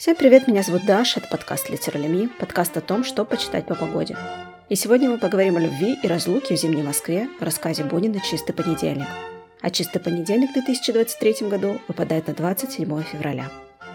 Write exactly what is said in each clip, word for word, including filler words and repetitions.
Всем привет, меня зовут Даша, это подкаст «Литералеми», подкаст о том, что почитать по погоде. И сегодня мы поговорим о любви и разлуке в зимней Москве в рассказе Бунина «Чистый понедельник». А «Чистый понедельник» в две тысячи двадцать третьем году выпадает на двадцать седьмое февраля.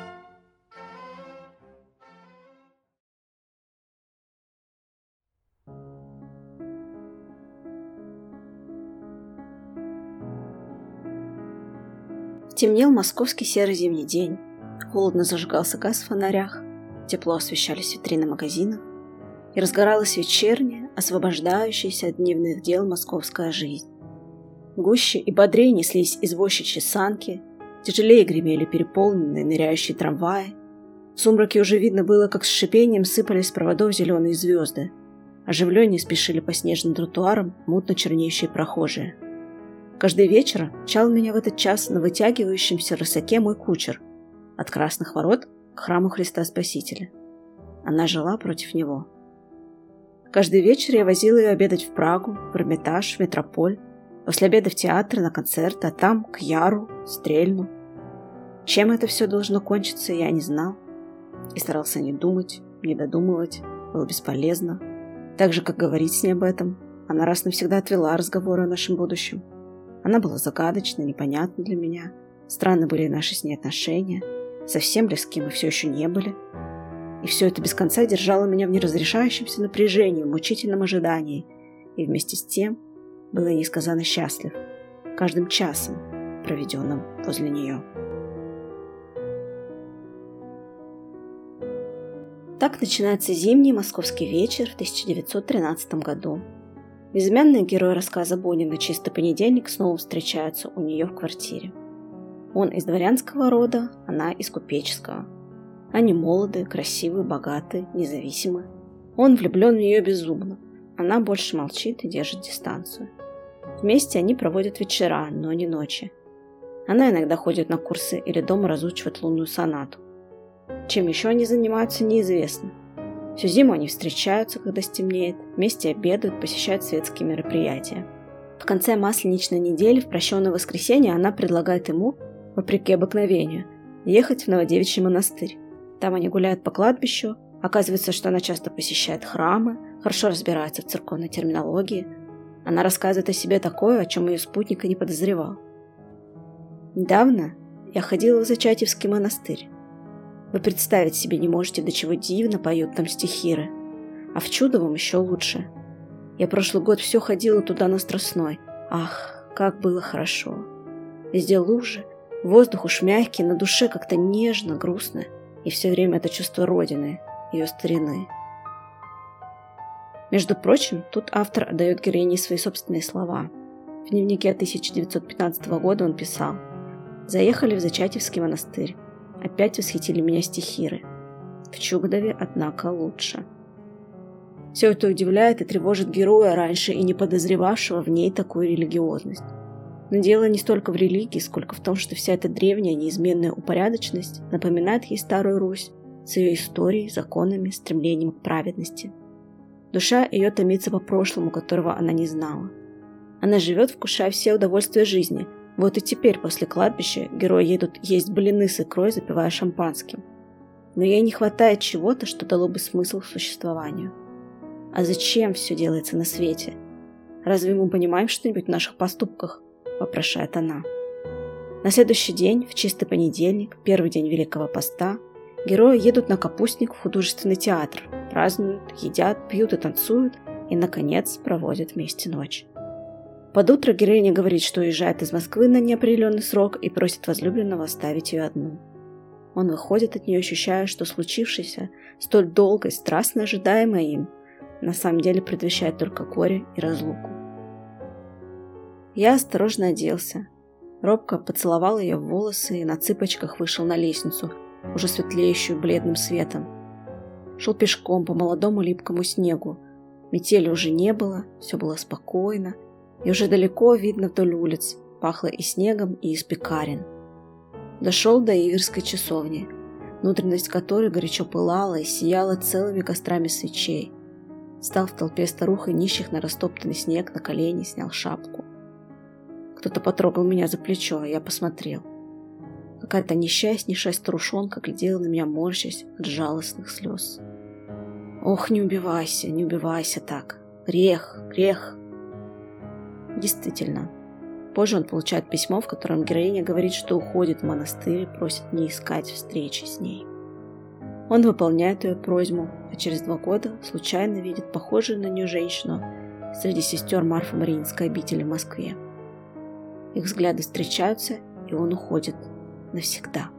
Темнел московский серый зимний день. Холодно зажигался газ в фонарях, тепло освещались витрины магазинов, и разгоралась вечерняя, освобождающаяся от дневных дел московская жизнь. Гуще и бодрее неслись извозчичьи санки, тяжелее гремели переполненные ныряющие трамваи. В сумраке уже видно было, как с шипением сыпались с проводов зеленые звезды. Оживленнее спешили по снежным тротуарам мутно чернеющие прохожие. Каждый вечер мчал меня в этот час на вытягивающемся рысаке мой кучер, от Красных ворот к храму Христа Спасителя. Она жила против него. Каждый вечер я возила ее обедать в Прагу, в Эрмитаж, в Метрополь, после обеда в театр, на концерты, а там к Яру, Стрельну. Чем это все должно кончиться, я не знал. И старался не думать, не додумывать, было бесполезно. Так же, как говорить с ней об этом, она раз навсегда отвела разговоры о нашем будущем. Она была загадочна, непонятна для меня. Странны были наши с ней отношения. Совсем близки мы все еще не были. И все это без конца держало меня в неразрешающемся напряжении, в мучительном ожидании. И вместе с тем был я несказанно счастлив каждым часом, проведенным возле нее. Так начинается зимний московский вечер в тысяча девятьсот тринадцатом году. Безымянный герой рассказа Бунина «Чистый понедельник» снова встречается у нее в квартире. Он из дворянского рода, она из купеческого. Они молоды, красивы, богаты, независимы. Он влюблен в нее безумно. Она больше молчит и держит дистанцию. Вместе они проводят вечера, но не ночи. Она иногда ходит на курсы или дома разучивает лунную сонату. Чем еще они занимаются, неизвестно. Всю зиму они встречаются, когда стемнеет, вместе обедают, посещают светские мероприятия. В конце масленичной недели, в прощенное воскресенье, она предлагает ему, вопреки обыкновению, ехать в Новодевичий монастырь. Там они гуляют по кладбищу. Оказывается, что она часто посещает храмы, хорошо разбирается в церковной терминологии. Она рассказывает о себе такое, о чем ее спутник и не подозревал. Недавно я ходила в Зачатьевский монастырь. Вы представить себе не можете, до чего дивно поют там стихиры. А в Чудовом еще лучше. Я прошлый год все ходила туда на Страстной. Ах, как было хорошо. Везде лужи, воздух уж мягкий, на душе как-то нежно, грустно. И все время это чувство Родины, ее старины. Между прочим, тут автор отдает героине свои собственные слова. В дневнике тысяча девятьсот пятнадцатого года он писал: «Заехали в Зачатьевский монастырь. Опять восхитили меня стихиры. В Чудове, однако, лучше». Все это удивляет и тревожит героя, раньше и не подозревавшего в ней такую религиозность. Но дело не столько в религии, сколько в том, что вся эта древняя неизменная упорядоченность напоминает ей Старую Русь с ее историей, законами, стремлением к праведности. Душа ее томится по прошлому, которого она не знала. Она живет, вкушая все удовольствия жизни. Вот и теперь, после кладбища, герои едут есть блины с икрой, запивая шампанским. Но ей не хватает чего-то, что дало бы смысл существованию. А зачем все делается на свете? Разве мы понимаем что-нибудь в наших поступках? Вопрошает она. На следующий день, в чистый понедельник, первый день Великого Поста, герои едут на Капустник в художественный театр, празднуют, едят, пьют и танцуют, и, наконец, проводят вместе ночь. Под утро героиня говорит, что уезжает из Москвы на неопределенный срок и просит возлюбленного оставить ее одну. Он выходит от нее, ощущая, что случившееся, столь долго и страстно ожидаемое им, на самом деле предвещает только горе и разлуку. Я осторожно оделся, робко поцеловал ее в волосы и на цыпочках вышел на лестницу, уже светлеющую бледным светом. Шел пешком по молодому липкому снегу. Метели уже не было, все было спокойно, и уже далеко видно вдоль улиц, пахло и снегом, и из пекарен. Дошел до Иверской часовни, внутренность которой горячо пылала и сияла целыми кострами свечей. Стал в толпе старух и нищих на растоптанный снег на колени, снял шапку. Кто-то потрогал меня за плечо, а я посмотрел. Какая-то несчастнейшая старушонка глядела на меня, морщась от жалостных слез. Ох, не убивайся, не убивайся так. Грех, грех. Действительно. Позже он получает письмо, в котором героиня говорит, что уходит в монастырь и просит не искать встречи с ней. Он выполняет ее просьбу, а через два года случайно видит похожую на нее женщину среди сестер Марфо-Мариинской обители в Москве. Их взгляды встречаются, и он уходит навсегда.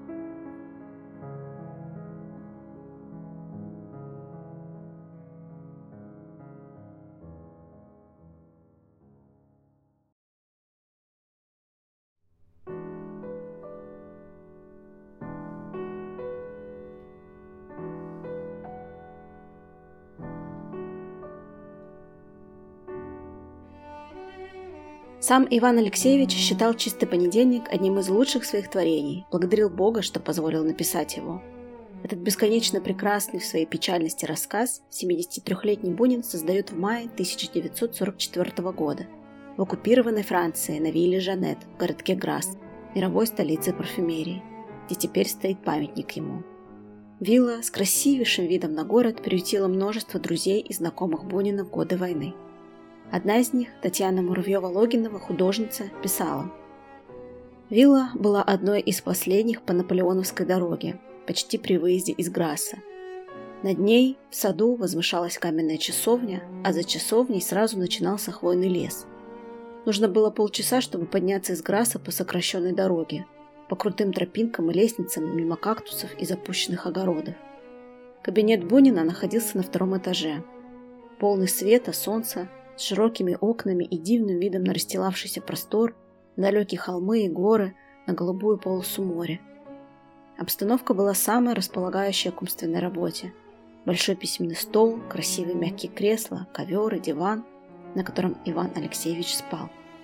Сам Иван Алексеевич считал «Чистый понедельник» одним из лучших своих творений, благодарил Бога, что позволил написать его. Этот бесконечно прекрасный в своей печальности рассказ семидесятитрёхлетний Бунин создает в мае тысяча девятьсот сорок четвёртого года в оккупированной Франции на вилле Жанет в городке Грасс, мировой столице парфюмерии, где теперь стоит памятник ему. Вилла с красивейшим видом на город приютила множество друзей и знакомых Бунина в годы войны. Одна из них, Татьяна Муравьева-Логинова, художница, писала: «Вилла была одной из последних по Наполеоновской дороге, почти при выезде из Грасса. Над ней в саду возвышалась каменная часовня, а за часовней сразу начинался хвойный лес. Нужно было полчаса, чтобы подняться из Грасса по сокращенной дороге, по крутым тропинкам и лестницам мимо кактусов и запущенных огородов. Кабинет Бунина находился на втором этаже. Полный света, солнца, с широкими окнами и дивным видом на расстилавшийся простор, далекие холмы и горы, на голубую полосу моря. Обстановка была самая располагающая к умственной работе. Большой письменный стол, красивые мягкие кресла, ковер и диван, на котором Иван Алексеевич спал.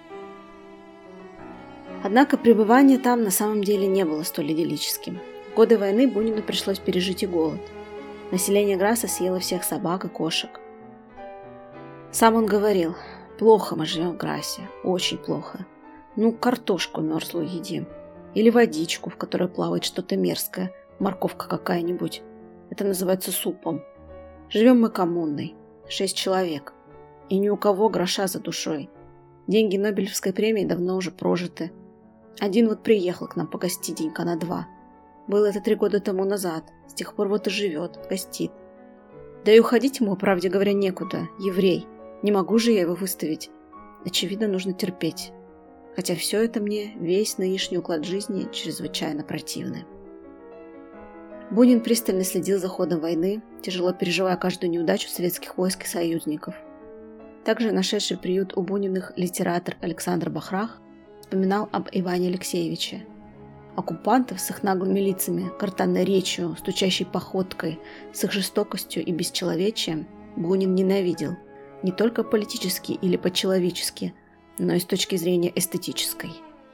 Однако пребывание там на самом деле не было столь идиллическим. В годы войны Бунину пришлось пережить и голод. Население Грасса съело всех собак и кошек. Сам он говорил: «Плохо мы живем в Грассе, очень плохо. Ну, картошку мерзлую едим. Или водичку, в которой плавает что-то мерзкое, морковка какая-нибудь. Это называется супом. Живем мы коммунной, шесть человек. И ни у кого гроша за душой. Деньги Нобелевской премии давно уже прожиты. Один вот приехал к нам погостить денька на два. Было это три года тому назад, с тех пор вот и живет, гостит. Да и уходить ему, правде говоря, некуда, еврей. Не могу же я его выставить. Очевидно, нужно терпеть. Хотя все это мне, весь нынешний уклад жизни, чрезвычайно противный». Бунин пристально следил за ходом войны, тяжело переживая каждую неудачу советских войск и союзников. Также нашедший приют у Буниных литератор Александр Бахрах вспоминал об Иване Алексеевиче. Оккупантов с их наглыми лицами, гортанной речью, стучащей походкой, с их жестокостью и бесчеловечием Бунин ненавидел. Не только политически или по-человечески, но и с точки зрения эстетической.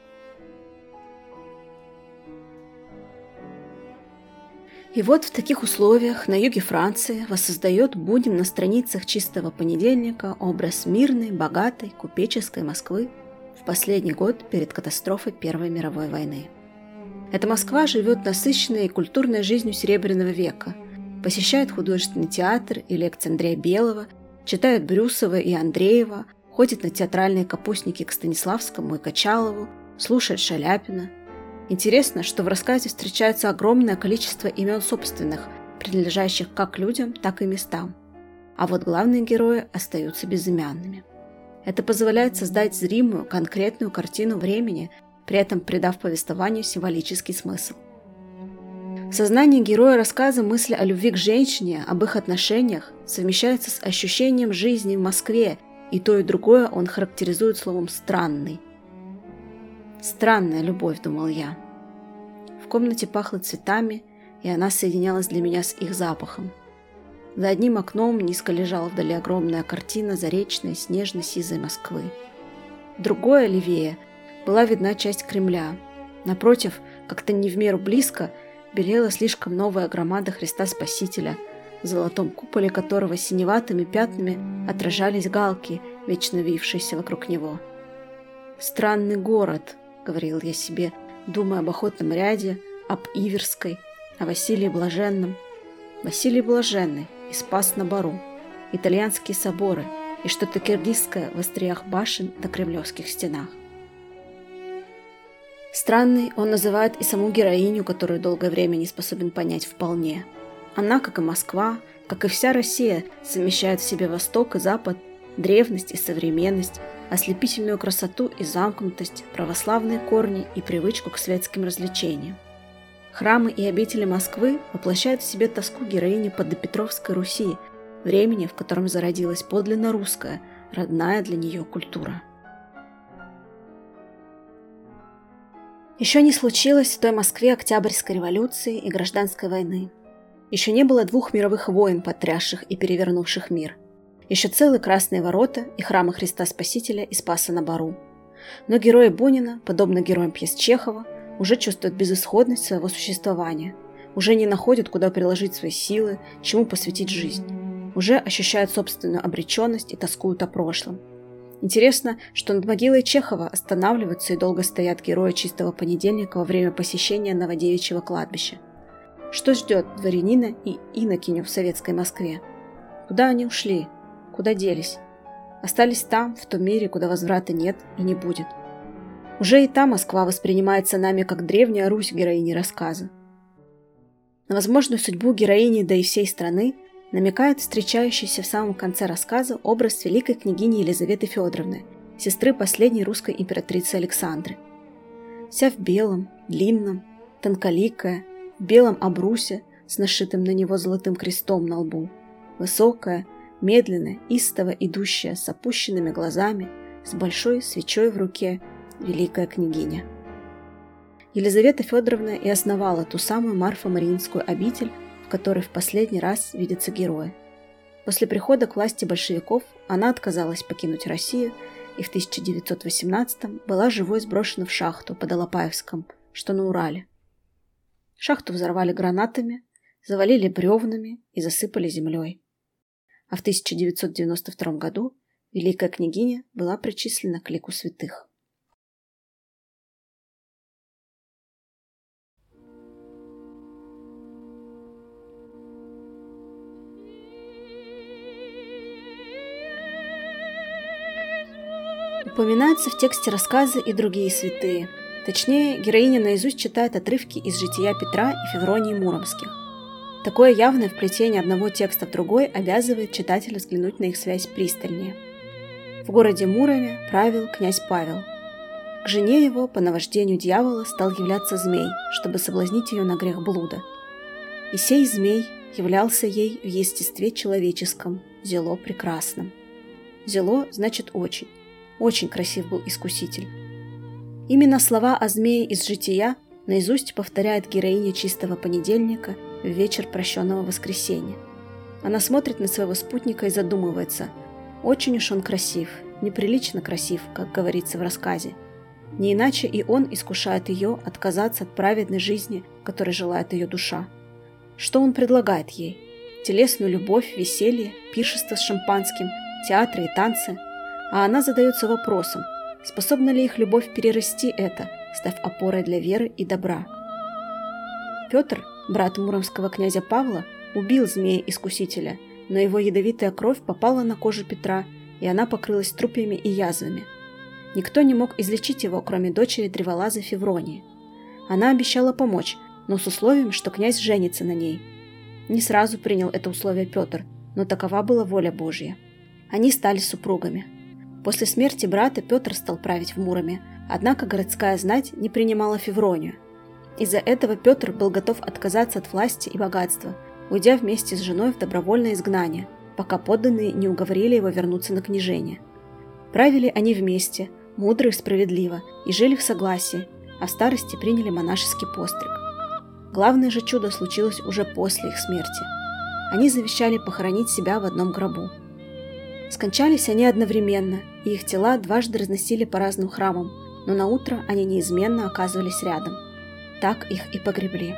И вот в таких условиях на юге Франции воссоздает Бунин на страницах «Чистого понедельника» образ мирной, богатой, купеческой Москвы в последний год перед катастрофой Первой мировой войны. Эта Москва живет насыщенной культурной жизнью Серебряного века, посещает художественный театр и лекции Андрея Белого, читает Брюсова и Андреева, ходит на театральные капустники к Станиславскому и Качалову, слушает Шаляпина. Интересно, что в рассказе встречается огромное количество имен собственных, принадлежащих как людям, так и местам. А вот главные герои остаются безымянными. Это позволяет создать зримую, конкретную картину времени, при этом придав повествованию символический смысл. В сознании героя рассказа мысль о любви к женщине, об их отношениях совмещается с ощущением жизни в Москве, и то и другое он характеризует словом «странный». «Странная любовь», — думал я. В комнате пахло цветами, и она соединялась для меня с их запахом. За одним окном низко лежала вдали огромная картина заречной снежно-сизой Москвы. Другое, левее, была видна часть Кремля. Напротив, как-то не в меру близко, белела слишком новая громада Христа Спасителя, в золотом куполе которого синеватыми пятнами отражались галки, вечно вившиеся вокруг него. «Странный город», — говорил я себе, думая об охотном ряде, об Иверской, о Василии Блаженном. Василий Блаженный и Спас-на-Бару, итальянские соборы и что-то киргизское в остриях башен на кремлевских стенах. Странной он называет и саму героиню, которую долгое время не способен понять вполне. Она, как и Москва, как и вся Россия, совмещает в себе Восток и Запад, древность и современность, ослепительную красоту и замкнутость, православные корни и привычку к светским развлечениям. Храмы и обители Москвы воплощают в себе тоску героини по допетровской Руси, времени, в котором зародилась подлинно русская, родная для нее культура. Еще не случилось в той Москве Октябрьской революции и Гражданской войны. Еще не было двух мировых войн, потрясших и перевернувших мир. Еще целы Красные ворота и храмы Христа Спасителя и Спаса-на-Бару. Но герои Бунина, подобно героям пьес Чехова, уже чувствуют безысходность своего существования, уже не находят, куда приложить свои силы, чему посвятить жизнь, уже ощущают собственную обреченность и тоскуют о прошлом. Интересно, что над могилой Чехова останавливаются и долго стоят герои «Чистого понедельника» во время посещения Новодевичьего кладбища. Что ждет дворянина и инокиню в советской Москве? Куда они ушли? Куда делись? Остались там, в том мире, куда возврата нет и не будет. Уже и та Москва воспринимается нами как древняя Русь героини рассказа. На возможную судьбу героини, да и всей страны, намекает встречающийся в самом конце рассказа образ великой княгини Елизаветы Федоровны, сестры последней русской императрицы Александры. Вся в белом, длинном, тонколикая, в белом обрусе с нашитым на него золотым крестом на лбу, высокая, медленная, истово идущая с опущенными глазами, с большой свечой в руке, великая княгиня. Елизавета Федоровна и основала ту самую Марфо-Мариинскую обитель, в которой в последний раз видятся герои. После прихода к власти большевиков она отказалась покинуть Россию и в тысяча девятьсот восемнадцатом была живой сброшена в шахту под Алапаевском, что на Урале. Шахту взорвали гранатами, завалили бревнами и засыпали землей. А в тысяча девятьсот девяносто втором году великая княгиня была причислена к лику святых. Упоминаются в тексте рассказы и другие святые. Точнее, героиня наизусть читает отрывки из жития Петра и Февронии Муромских. Такое явное вплетение одного текста в другой обязывает читателя взглянуть на их связь пристальнее. В городе Муроме правил князь Павел. К жене его по наваждению дьявола стал являться змей, чтобы соблазнить ее на грех блуда. И сей змей являлся ей в естестве человеческом, зело прекрасном. Зело значит очень. Очень красив был искуситель. Именно слова о змее из жития наизусть повторяет героиня «Чистого понедельника» в вечер прощенного воскресенья. Она смотрит на своего спутника и задумывается. Очень уж он красив, неприлично красив, как говорится в рассказе. Не иначе и он искушает ее отказаться от праведной жизни, которой желает ее душа. Что он предлагает ей? Телесную любовь, веселье, пиршество с шампанским, театры и танцы. А она задается вопросом, способна ли их любовь перерасти это, став опорой для веры и добра. Петр, брат муромского князя Павла, убил змея-искусителя, но его ядовитая кровь попала на кожу Петра, и она покрылась трупьями и язвами. Никто не мог излечить его, кроме дочери древолаза Февронии. Она обещала помочь, но с условием, что князь женится на ней. Не сразу принял это условие Петр, но такова была воля Божья. Они стали супругами. После смерти брата Петр стал править в Муроме, однако городская знать не принимала Февронию. Из-за этого Петр был готов отказаться от власти и богатства, уйдя вместе с женой в добровольное изгнание, пока подданные не уговорили его вернуться на княжение. Правили они вместе, мудро и справедливо, и жили в согласии, а в старости приняли монашеский постриг. Главное же чудо случилось уже после их смерти. Они завещали похоронить себя в одном гробу. Скончались они одновременно, и их тела дважды разносили по разным храмам, но на утро они неизменно оказывались рядом. Так их и погребли.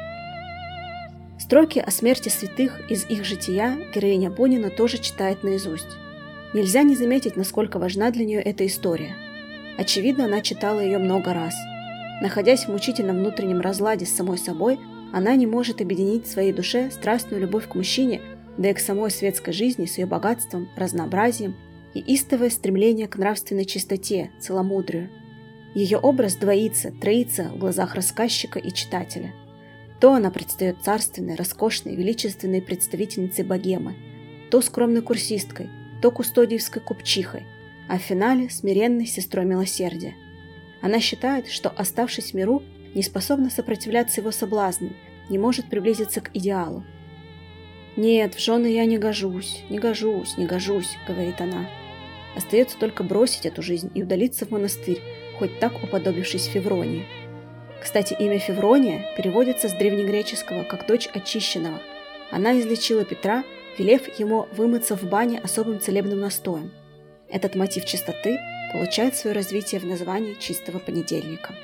Строки о смерти святых из их жития героиня Бунина тоже читает наизусть. Нельзя не заметить, насколько важна для нее эта история. Очевидно, она читала ее много раз. Находясь в мучительном внутреннем разладе с самой собой, она не может объединить в своей душе страстную любовь к мужчине, да и к самой светской жизни с ее богатством, разнообразием и истовое стремление к нравственной чистоте, целомудрию. Ее образ двоится, троится в глазах рассказчика и читателя. То она предстает царственной, роскошной, величественной представительницей богемы, то скромной курсисткой, то кустодиевской купчихой, а в финале смиренной сестрой милосердия. Она считает, что, оставшись в миру, не способна сопротивляться его соблазнам, не может приблизиться к идеалу. «Нет, в жены я не гожусь, не гожусь, не гожусь», — говорит она. Остается только бросить эту жизнь и удалиться в монастырь, хоть так уподобившись Февронии. Кстати, имя Феврония переводится с древнегреческого как «дочь очищенного». Она излечила Петра, велев ему вымыться в бане особым целебным настоем. Этот мотив чистоты получает свое развитие в названии чистого понедельника.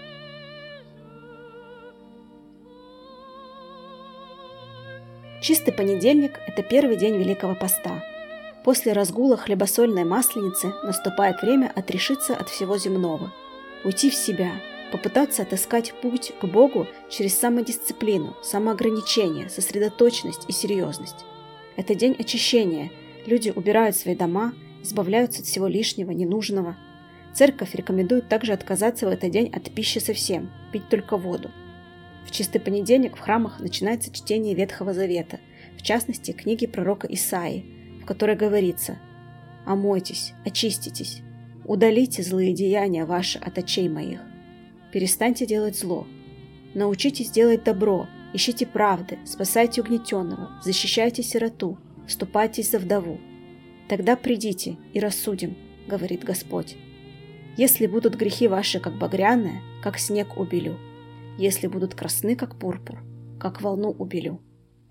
Чистый понедельник – это первый день Великого Поста. После разгула хлебосольной масленицы наступает время отрешиться от всего земного, уйти в себя, попытаться отыскать путь к Богу через самодисциплину, самоограничение, сосредоточенность и серьезность. Это день очищения, люди убирают свои дома, избавляются от всего лишнего, ненужного. Церковь рекомендует также отказаться в этот день от пищи совсем, пить только воду. В чистый понедельник в храмах начинается чтение Ветхого Завета, в частности, книги пророка Исаии, в которой говорится: «Омойтесь, очиститесь, удалите злые деяния ваши от очей моих, перестаньте делать зло, научитесь делать добро, ищите правды, спасайте угнетенного, защищайте сироту, вступайтесь за вдову. Тогда придите и рассудим, говорит Господь. Если будут грехи ваши, как багряные, как снег убелю. Если будут красны, как пурпур, как волну убелю».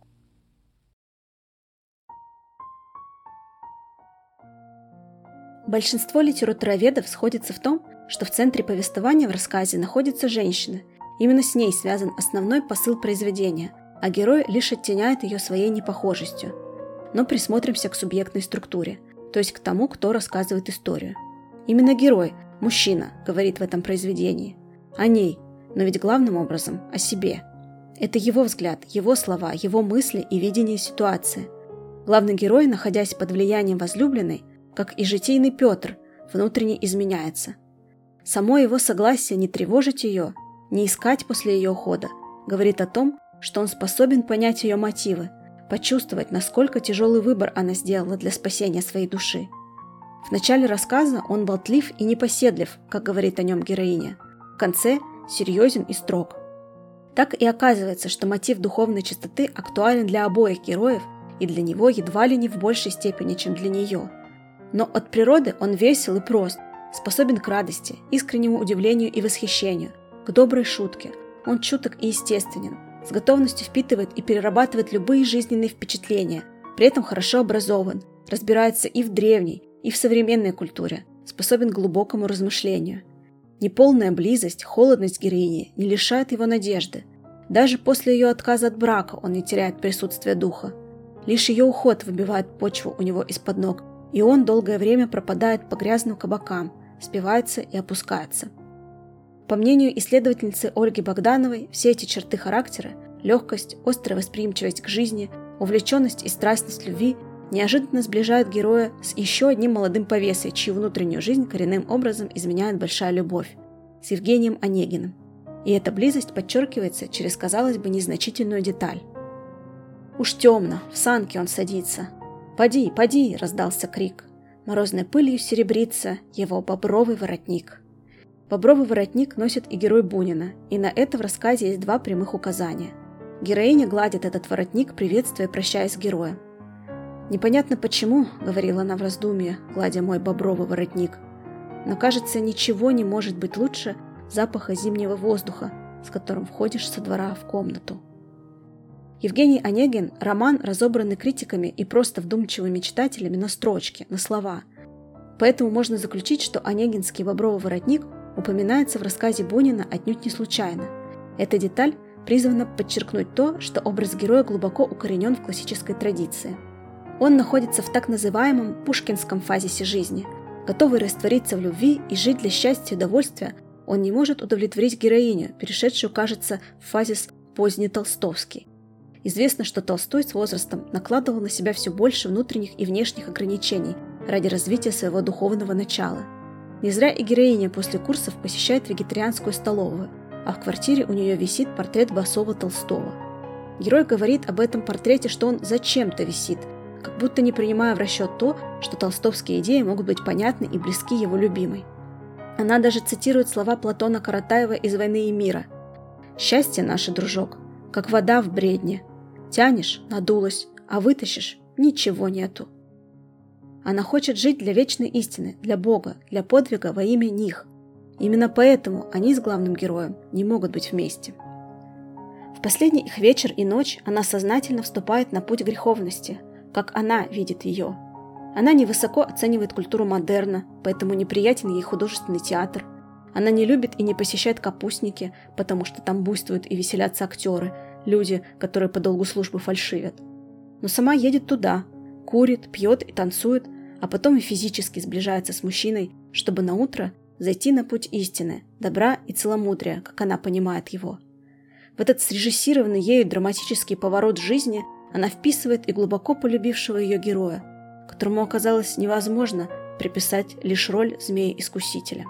Большинство литературоведов сходится в том, что в центре повествования в рассказе находится женщина. Именно с ней связан основной посыл произведения, а герой лишь оттеняет ее своей непохожестью. Но присмотримся к субъектной структуре, то есть к тому, кто рассказывает историю. Именно герой, мужчина, говорит в этом произведении. О ней, но ведь главным образом о себе. Это его взгляд, его слова, его мысли и видение ситуации. Главный герой, находясь под влиянием возлюбленной, как и житейный Петр, внутренне изменяется. Само его согласие не тревожить ее, не искать после ее ухода, говорит о том, что он способен понять ее мотивы, почувствовать, насколько тяжелый выбор она сделала для спасения своей души. В начале рассказа он болтлив и непоседлив, как говорит о нем героиня. В конце серьезен и строг. Так и оказывается, что мотив духовной чистоты актуален для обоих героев и для него едва ли не в большей степени, чем для нее. Но от природы он весел и прост, способен к радости, искреннему удивлению и восхищению, к доброй шутке. Он чуток и естественен, с готовностью впитывает и перерабатывает любые жизненные впечатления, при этом хорошо образован, разбирается и в древней, и в современной культуре, способен к глубокому размышлению. Неполная близость, холодность героини не лишает его надежды. Даже после ее отказа от брака он не теряет присутствия духа. Лишь ее уход выбивает почву у него из-под ног, и он долгое время пропадает по грязным кабакам, спивается и опускается. По мнению исследовательницы Ольги Богдановой, все эти черты характера – легкость, острая восприимчивость к жизни, увлеченность и страстность любви – неожиданно сближают героя с еще одним молодым повесой, чью внутреннюю жизнь коренным образом изменяет большая любовь – с Евгением Онегиным. И эта близость подчеркивается через, казалось бы, незначительную деталь. «Уж темно, в санки он садится. Поди, поди!» – раздался крик. Морозной пылью серебрится его бобровый воротник. Бобровый воротник носит и герой Бунина, и на это в рассказе есть два прямых указания. Героиня гладит этот воротник, приветствуя и прощаясь с героем. «Непонятно почему», — говорила она в раздумье, гладя мой бобровый воротник, «но, кажется, ничего не может быть лучше запаха зимнего воздуха, с которым входишь со двора в комнату». Евгений Онегин – роман, разобранный критиками и просто вдумчивыми читателями на строчки, на слова. Поэтому можно заключить, что онегинский бобровый воротник упоминается в рассказе Бунина отнюдь не случайно. Эта деталь призвана подчеркнуть то, что образ героя глубоко укоренен в классической традиции. Он находится в так называемом пушкинском фазисе жизни. Готовый раствориться в любви и жить для счастья и удовольствия, Он не может удовлетворить героиню, перешедшую, кажется, в фазис поздний толстовский. Известно, что Толстой с возрастом накладывал на себя все больше внутренних и внешних ограничений ради развития своего духовного начала. Не зря и героиня после курсов посещает вегетарианскую столовую, а в квартире у нее висит портрет босого Толстого. Герой говорит об этом портрете, что он зачем-то висит, как будто не принимая в расчет то, что толстовские идеи могут быть понятны и близки его любимой. Она даже цитирует слова Платона Каратаева из «Войны и мира». «Счастье наше, дружок, как вода в бредне. Тянешь – надулась, а вытащишь – ничего нету». Она хочет жить для вечной истины, для Бога, для подвига во имя них. Именно поэтому они с главным героем не могут быть вместе. В последний их вечер и ночь она сознательно вступает на путь греховности, как она видит ее. Она невысоко оценивает культуру модерна, поэтому неприятен ей художественный театр. Она не любит и не посещает капустники, потому что там буйствуют и веселятся актеры, люди, которые по долгу службы фальшивят. Но сама едет туда, курит, пьет и танцует, а потом и физически сближается с мужчиной, чтобы наутро зайти на путь истины, добра и целомудрия, как она понимает его. В этот срежиссированный ею драматический поворот жизни она вписывает и глубоко полюбившего ее героя, которому оказалось невозможно приписать лишь роль змея-искусителя.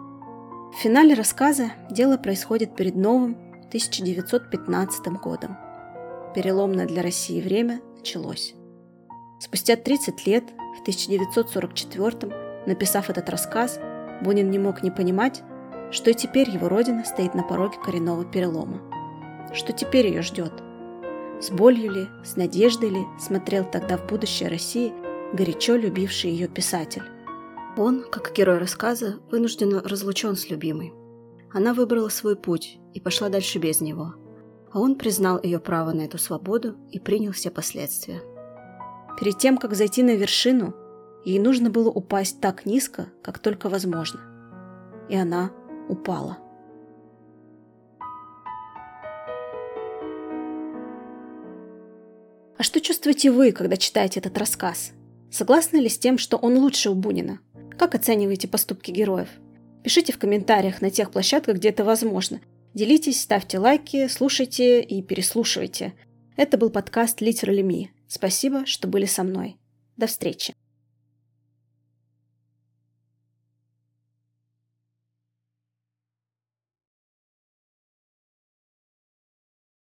В финале рассказа дело происходит перед новым тысяча девятьсот пятнадцатым годом. Переломное для России время началось. Спустя тридцать лет, в тысяча девятьсот сорок четвёртом, написав этот рассказ, Бунин не мог не понимать, что и теперь его родина стоит на пороге коренного перелома. Что теперь ее ждет? С болью ли, с надеждой ли смотрел тогда в будущее России горячо любивший ее писатель? Он, как герой рассказа, вынужденно разлучен с любимой. Она выбрала свой путь и пошла дальше без него, а он признал ее право на эту свободу и принял все последствия. Перед тем, как зайти на вершину, ей нужно было упасть так низко, как только возможно. И она упала. А что чувствуете вы, когда читаете этот рассказ? Согласны ли с тем, что он лучше у Бунина? Как оцениваете поступки героев? Пишите в комментариях на тех площадках, где это возможно. Делитесь, ставьте лайки, слушайте и переслушивайте. Это был подкаст Literally Me. Спасибо, что были со мной. До встречи.